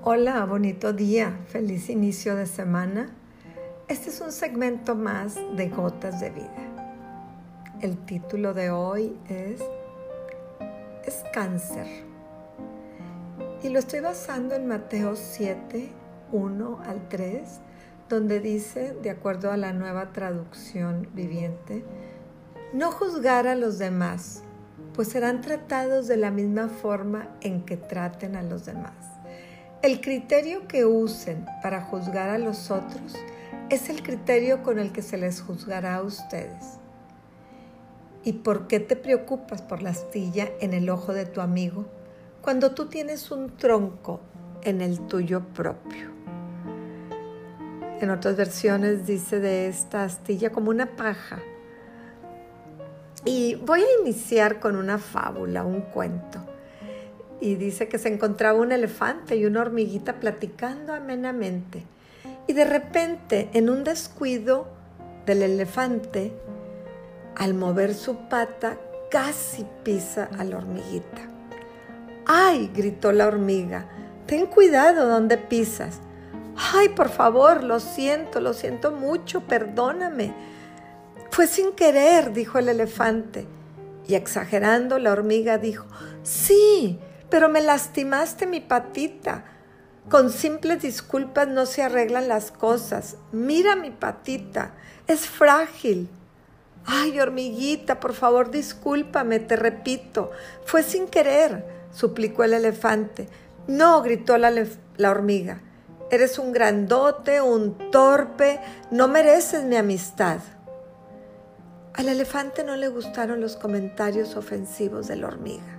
Hola, bonito día, feliz inicio de semana. Este es un segmento más de Gotas de Vida. El título de hoy es Cáncer. Y lo estoy basando en Mateo 7, 1 al 3, donde dice, de acuerdo a la Nueva Traducción Viviente, no juzgar a los demás, pues serán tratados de la misma forma en que traten a los demás. El criterio que usen para juzgar a los otros es el criterio con el que se les juzgará a ustedes. ¿Y por qué te preocupas por la astilla en el ojo de tu amigo cuando tú tienes un tronco en el tuyo propio? En otras versiones dice de esta astilla como una paja. Y voy a iniciar con una fábula, un cuento. Y dice que se encontraba un elefante y una hormiguita platicando amenamente. Y de repente, en un descuido del elefante, al mover su pata, casi pisa a la hormiguita. ¡Ay!, gritó la hormiga. ¡Ten cuidado donde pisas! ¡Ay, por favor, lo siento mucho, perdóname! Fue sin querer, dijo el elefante. Y exagerando, la hormiga dijo, ¡sí! Pero me lastimaste mi patita. Con simples disculpas no se arreglan las cosas. Mira mi patita, es frágil. Ay, hormiguita, por favor, discúlpame, te repito. Fue sin querer, suplicó el elefante. No, gritó la hormiga. Eres un grandote, un torpe, no mereces mi amistad. Al elefante no le gustaron los comentarios ofensivos de la hormiga.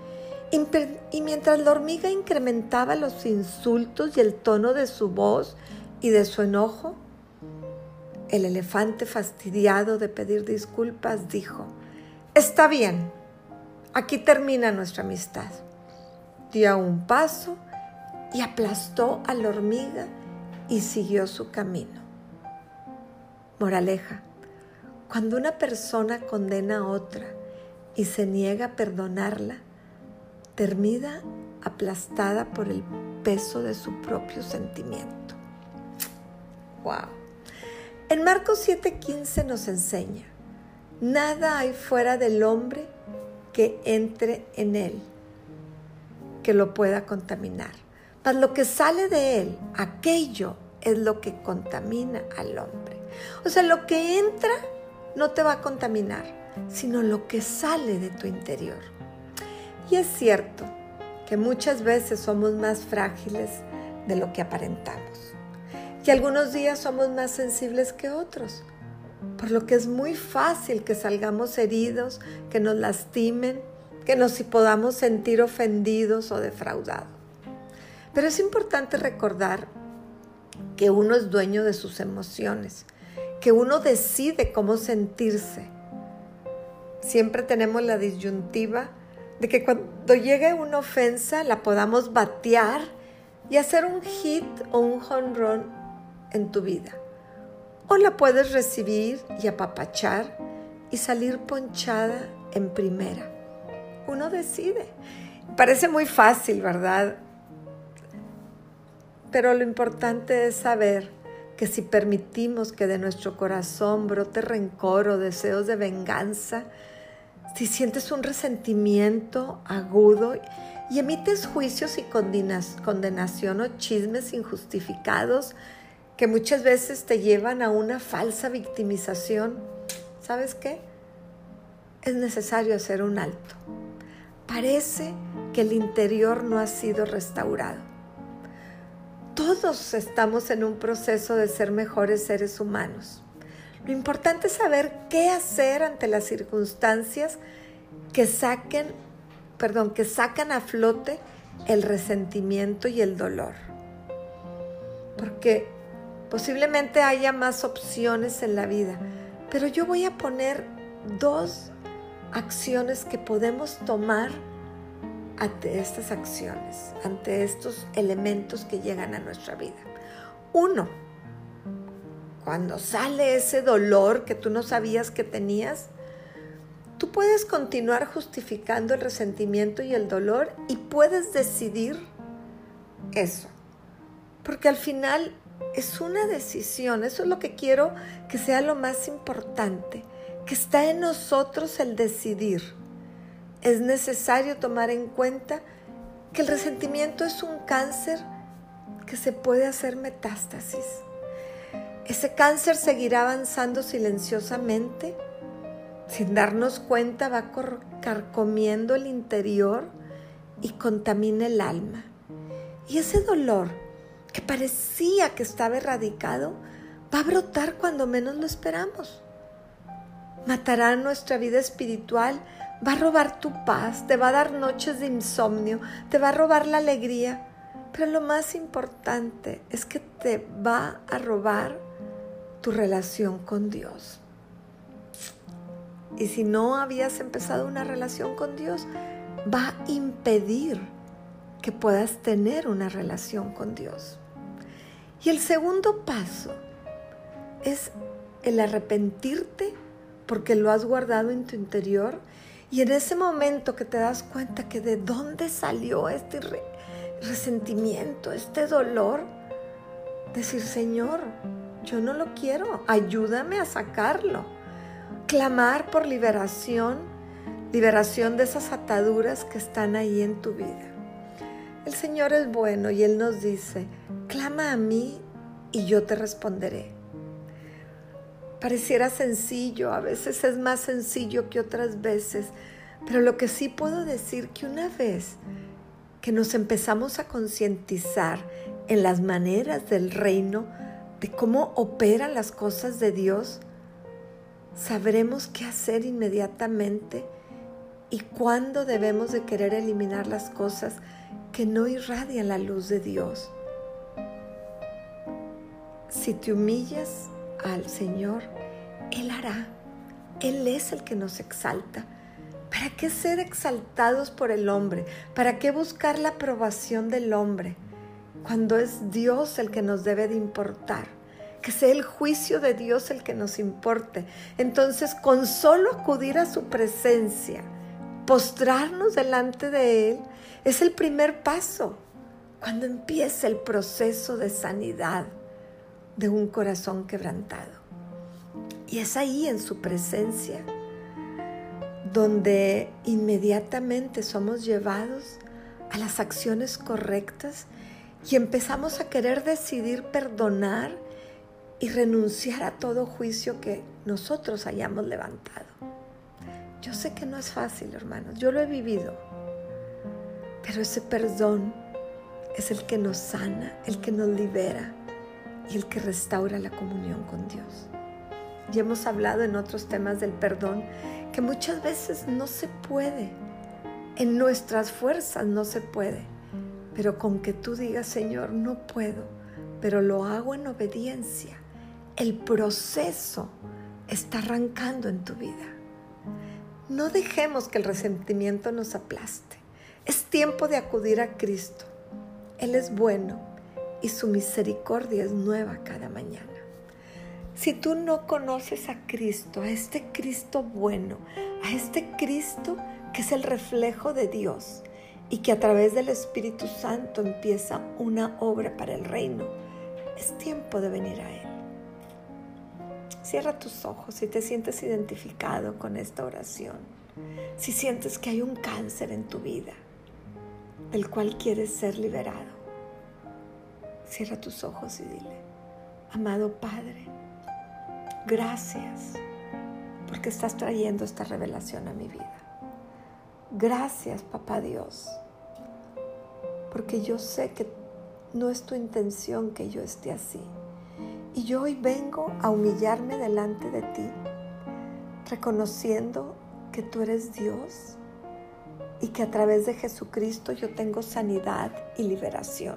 Y mientras la hormiga incrementaba los insultos y el tono de su voz y de su enojo, el elefante, fastidiado de pedir disculpas, dijo, está bien, aquí termina nuestra amistad. Dio un paso y aplastó a la hormiga y siguió su camino. Moraleja, cuando una persona condena a otra y se niega a perdonarla, termina aplastada por el peso de su propio sentimiento. ¡Wow! En Marcos 7:15 nos enseña, nada hay fuera del hombre que entre en él, que lo pueda contaminar. Mas lo que sale de él, aquello es lo que contamina al hombre. O sea, lo que entra no te va a contaminar, sino lo que sale de tu interior. Y es cierto que muchas veces somos más frágiles de lo que aparentamos. Y algunos días somos más sensibles que otros, por lo que es muy fácil que salgamos heridos, que nos lastimen, que nos podamos sentir ofendidos o defraudados. Pero es importante recordar que uno es dueño de sus emociones, que uno decide cómo sentirse. Siempre tenemos la disyuntiva de que cuando llegue una ofensa la podamos batear y hacer un hit o un home run en tu vida. O la puedes recibir y apapachar y salir ponchada en primera. Uno decide. Parece muy fácil, ¿verdad? Pero lo importante es saber que si permitimos que de nuestro corazón brote rencor o deseos de venganza, si sientes un resentimiento agudo y emites juicios y condenación o chismes injustificados que muchas veces te llevan a una falsa victimización, ¿sabes qué? Es necesario hacer un alto. Parece que el interior no ha sido restaurado. Todos estamos en un proceso de ser mejores seres humanos. Lo importante es saber qué hacer ante las circunstancias que sacan a flote el resentimiento y el dolor. Porque posiblemente haya más opciones en la vida, pero yo voy a poner 2 acciones que podemos tomar ante estas acciones, ante estos elementos que llegan a nuestra vida. 1, cuando sale ese dolor que tú no sabías que tenías, tú puedes continuar justificando el resentimiento y el dolor y puedes decidir eso. porque al final es una decisión. Eso es lo que quiero que sea lo más importante, que está en nosotros el decidir. Es necesario tomar en cuenta que el resentimiento es un cáncer que se puede hacer metástasis. Ese cáncer seguirá avanzando silenciosamente. Sin darnos cuenta, va carcomiendo el interior y contamina el alma. Y ese dolor que parecía que estaba erradicado va a brotar cuando menos lo esperamos. Matará nuestra vida espiritual, va a robar tu paz, te va a dar noches de insomnio, te va a robar la alegría. Pero lo más importante es que te va a robar tu relación con Dios. Y si no habías empezado una relación con Dios, va a impedir que puedas tener una relación con Dios. Y el segundo paso es el arrepentirte porque lo has guardado en tu interior, y en ese momento que te das cuenta que de dónde salió este resentimiento, este dolor, decir: Señor, yo no lo quiero, ayúdame a sacarlo. Clamar por liberación de esas ataduras que están ahí en tu vida. El Señor es bueno y Él nos dice: clama a mí y yo te responderé. Pareciera sencillo, a veces es más sencillo que otras veces, pero lo que sí puedo decir que una vez que nos empezamos a concientizar en las maneras del reino, de cómo operan las cosas de Dios, sabremos qué hacer inmediatamente y cuándo debemos de querer eliminar las cosas que no irradian la luz de Dios. Si te humillas al Señor, Él hará. Él es el que nos exalta. ¿Para qué ser exaltados por el hombre? ¿Para qué buscar la aprobación del hombre? Cuando es Dios el que nos debe de importar. Que sea el juicio de Dios el que nos importe. Entonces, con solo acudir a su presencia, postrarnos delante de Él, es el primer paso cuando empieza el proceso de sanidad de un corazón quebrantado. Y es ahí, en su presencia, donde inmediatamente somos llevados a las acciones correctas y empezamos a querer decidir perdonar y renunciar a todo juicio que nosotros hayamos levantado. Yo sé que no es fácil, hermanos, yo lo he vivido, pero ese perdón es el que nos sana, el que nos libera y el que restaura la comunión con Dios. Y hemos hablado en otros temas del perdón, que muchas veces no se puede, en nuestras fuerzas no se puede, pero con que tú digas: Señor, no puedo, pero lo hago en obediencia, el proceso está arrancando en tu vida. No dejemos que el resentimiento nos aplaste. Es tiempo de acudir a Cristo. Él es bueno y su misericordia es nueva cada mañana. Si tú no conoces a Cristo, a este Cristo bueno, a este Cristo que es el reflejo de Dios y que a través del Espíritu Santo empieza una obra para el reino, es tiempo de venir a Él. Cierra tus ojos si te sientes identificado con esta oración. Si sientes que hay un cáncer en tu vida del cual quieres ser liberado, cierra tus ojos y dile: amado Padre, gracias porque estás trayendo esta revelación a mi vida. Gracias, Papá Dios, porque yo sé que no es tu intención que yo esté así. Y yo hoy vengo a humillarme delante de ti, reconociendo que tú eres Dios y que a través de Jesucristo yo tengo sanidad y liberación.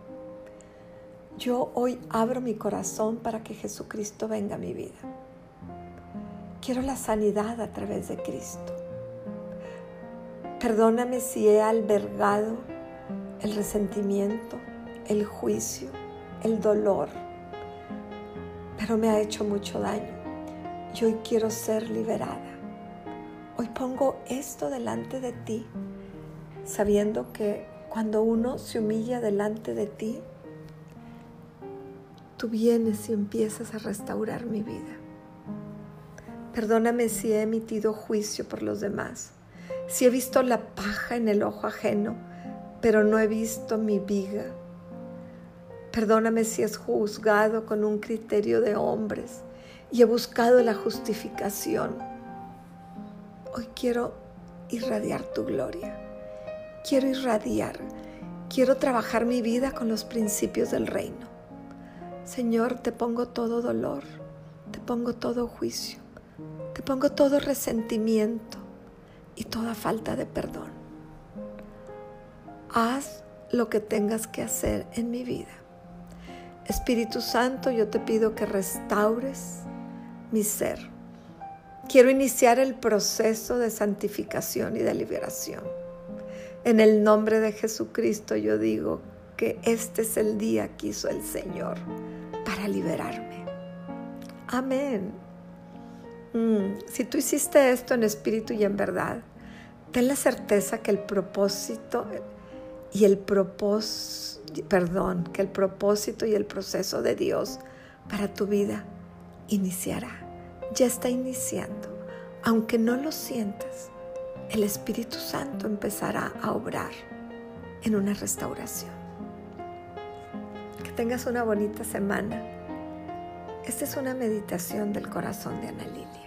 Yo hoy abro mi corazón para que Jesucristo venga a mi vida. Quiero la sanidad a través de Cristo. Perdóname si he albergado el resentimiento, el juicio, el dolor, pero me ha hecho mucho daño y hoy quiero ser liberada. Hoy pongo esto delante de ti, sabiendo que cuando uno se humilla delante de ti, tú vienes y empiezas a restaurar mi vida. Perdóname si he emitido juicio por los demás, si he visto la paja en el ojo ajeno, pero no he visto mi viga. Perdóname si he juzgado con un criterio de hombres y he buscado la justificación. Hoy quiero irradiar tu gloria. Quiero trabajar mi vida con los principios del reino. Señor, te pongo todo dolor, te pongo todo juicio, te pongo todo resentimiento y toda falta de perdón. Haz lo que tengas que hacer en mi vida. Espíritu Santo, yo te pido que restaures mi ser. Quiero iniciar el proceso de santificación y de liberación. En el nombre de Jesucristo yo digo que este es el día que hizo el Señor para liberarme. Amén. Si tú hiciste esto en espíritu y en verdad, ten la certeza que el propósito y el proceso de Dios para tu vida iniciará. Ya está iniciando. Aunque no lo sientas, el Espíritu Santo empezará a obrar en una restauración. Que tengas una bonita semana. Esta es una meditación del corazón de Ana Lily.